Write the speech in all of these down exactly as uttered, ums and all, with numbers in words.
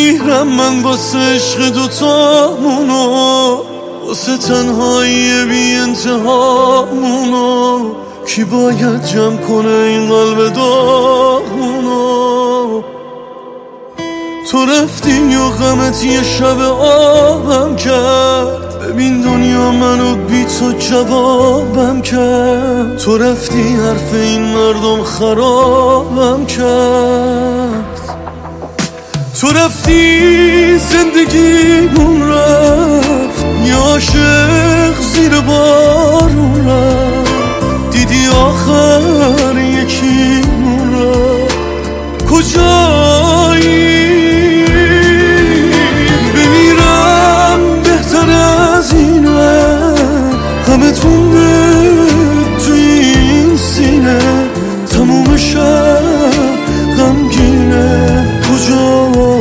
میمیرم من واسه عشق دوتامونو، واسه تنهایی بی انتهامونو. کی باید جمع کنه این قلب داغونو؟ تو رفتی و غمت یه شب آبم کرد، ببین دنیا منو بی تو جوابم کرد. تو رفتی حرف این مردم خرابم کرد. تو رفتی زندگیمون رفت، یه عاشق زیر بارون رفت. دیدی آخر یکیمون رفت، کجایی؟ بمیرم بهتر از اینه، همه تونه توی این سینه. تموم شب غمگینه، کجایی؟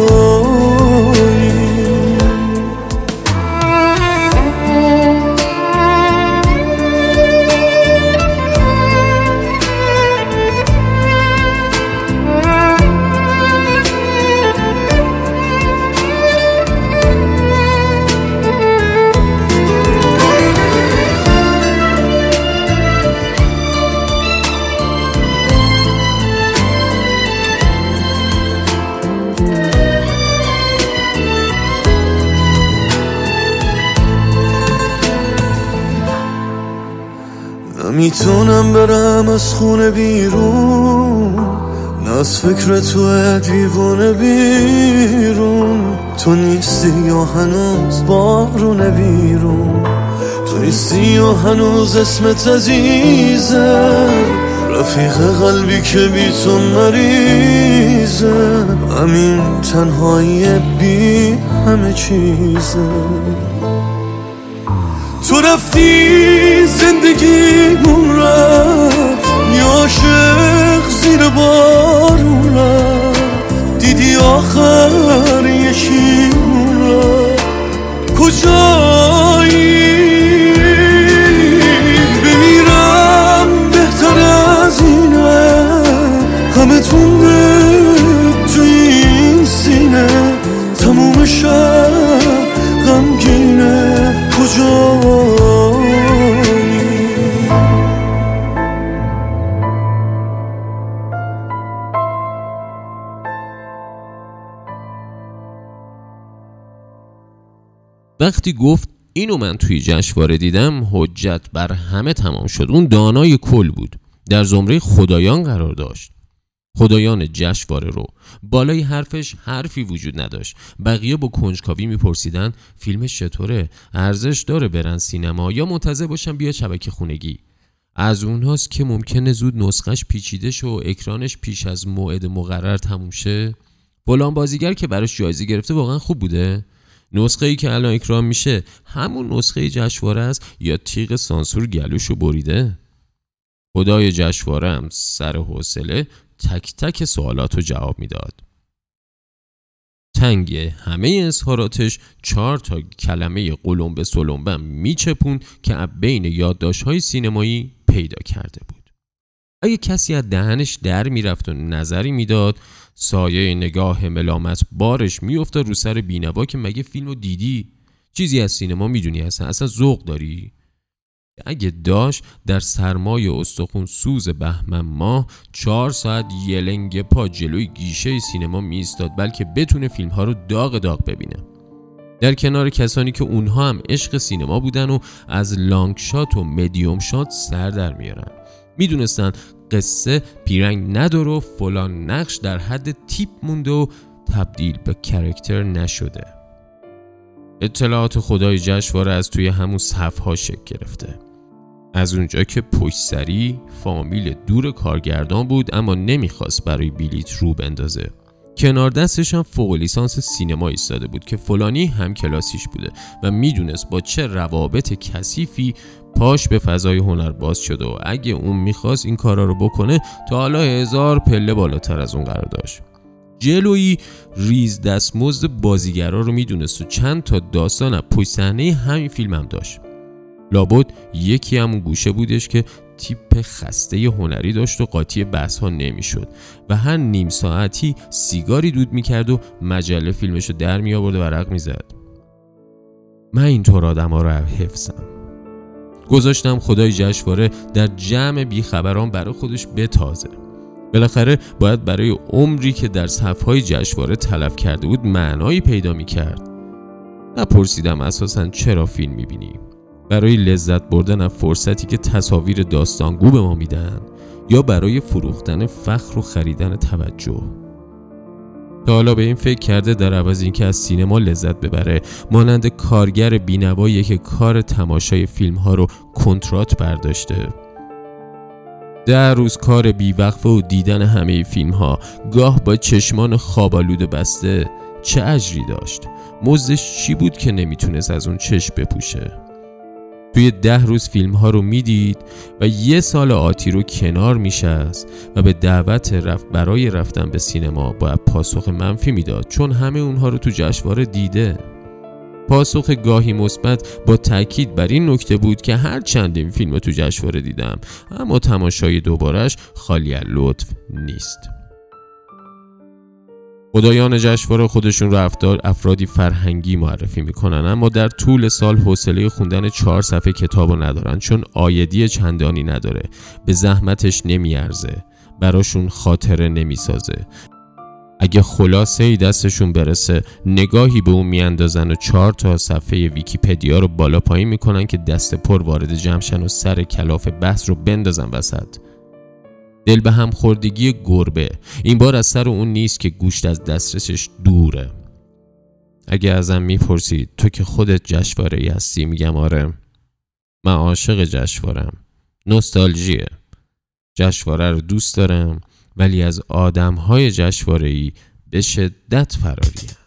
نمیتونم برم از خونه بیرون، نه از فکر تو دیوونه بیرون. تو نیستی یا هنوز بارونه بیرون، تو نیستی یا هنوز اسمت عزیزه. رفیق قلبی که بی تو مریضه، همین تنهایی بی همه چیزه. تو رفتی زندگیمون رفت، یه عاشق زیر بارون رفت. دیدی آخر یکیمون رفت، کجایی؟ بمیرم بهتر از اینه، همه تونه توی این سینه. تموم شب غمگینه، کجایی؟ وقتی گفت اینو من توی جشنواره دیدم، حجت بر همه تمام شد. اون دانای کل بود، در زمره خدایان قرار داشت. خدایان جشنواره رو بالای حرفش حرفی وجود نداشت. بقیه با کنجکاوی میپرسیدن فیلمش چطوره؟ ارزش داره برن سینما یا منتظر باشن بیا شبکه خونگی؟ از اونهاست که ممکنه زود نسخش پیچیده شه و اکرانش پیش از موعد مقرر تموم شه. فلان بازیگر که براش جایزه گرفته واقعا خوب بوده؟ نسخه ای که الان اکران میشه همون نسخه جشنواره است یا تیغ سانسور گلوشو بریده؟ خدای جشنواره هم سر حوصله تک تک سوالاتو جواب میداد. تنگ همه اظهاراتش چهار تا کلمه قلمبه سلمبه میچپون که بین یادداشت‌های سینمایی پیدا کرده بود. اگه کسی از دهنش در میرفت و نظری میداد، سایه نگاه ملامت بارش میافتاد رو سر بینوا که مگه فیلمو دیدی؟ چیزی از سینما میدونی اصلا؟ اصلا ذوق داری؟ اگه داشت در سرمای استخون سوز بهمن ماه چهار ساعت یلنگ پا جلوی گیشه سینما می ایستاد، بلکه بتونه فیلم ها رو داغ داغ ببینه، در کنار کسانی که اونها هم عشق سینما بودن و از لانگ شات و مدیوم شات سر در میارن. میدونستن قصه پیرنگ نداره و فلان نقش در حد تیپ مونده و تبدیل به کرکتر نشده. اطلاعات خدای جشنواره از توی همون صفحه شکل گرفته. از اونجا که پشت سری فامیل دور کارگردان بود اما نمیخواست برای بلیت رو بندازه. کنار دستش هم فوق لیسانس سینما ایستاده بود که فلانی هم کلاسیش بوده و میدونست با چه روابط کثیفی پاش به فضای هنر باز شده و اگه اون میخواست این کارا رو بکنه تا حالا هزار پله بالاتر از اون قرار داشت. جلوی ریز دستمزد بازیگرا رو میدونست و چند تا داستان از پشت صحنه همین فیلم هم داشت. لابد یکی همون گوشه بودش که تیپ خسته هنری داشت و قاطی بحث ها نمی شد و هر نیم ساعتی سیگاری دود می کرد و مجله فیلمشو در می آورد و ورق می زد. من اینطور آدم ها رو حفظم. گذاشتم خدای جشنواره در جمع بیخبران برای خودش بتازه. بالاخره باید برای عمری که در صفهای جشنواره تلف کرده بود معنایی پیدا می کرد. نپرسیدم اساساً چرا فیلم می بینی؟ برای لذت بردن از فرصتی که تصاویر داستانگو به ما میدن یا برای فروختن فخر و خریدن توجه؟ تا حالا به این فکر کرده در عوض اینکه از سینما لذت ببره مانند کارگر بینوایی که کار تماشای فیلم ها رو کنترات برداشته؟ ده روز کار بیوقفه و دیدن همه فیلم ها، گاه با چشمان خوابالود بسته، چه اجری داشت؟ مزدش چی بود که نمیتونست از اون چشم بپوشه؟ توی ده روز فیلم ها رو میدید و یه سال آتی رو کنار میشست و به دعوت رفت برای رفتن به سینما باید پاسخ منفی میداد، چون همه اونها رو تو جشنواره دیده. پاسخ گاهی مثبت با تاکید بر این نکته بود که هر چند این فیلم رو تو جشنواره دیدم، اما تماشای دوبارش خالی از لطف نیست. خدایان جشنواره خودشون رو افراد افرادی فرهنگی معرفی میکنن، اما در طول سال حوصله خوندن چهار صفحه کتابو ندارن، چون عایدی چندانی نداره، به زحمتش نمیارزه، براشون خاطره نمیسازه. اگه خلاصه ای دستشون برسه نگاهی به اون میاندازن و چهار تا صفحه ویکی‌پدیا رو بالا پایین میکنن که دست پر وارد جمعشن و سر کلاف بحث رو بندازن وسط. دل به هم خوردگی گربه این بار از سر اون نیست که گوشت از دسترسش دوره. اگه ازم میپرسید تو که خودت جشنواره‌ای هستی، میگم آره، من عاشق جشنواره‌ام. نوستالژیه. جشنواره رو دوست دارم، ولی از آدم‌های جشنواره‌ای به شدت فراریم.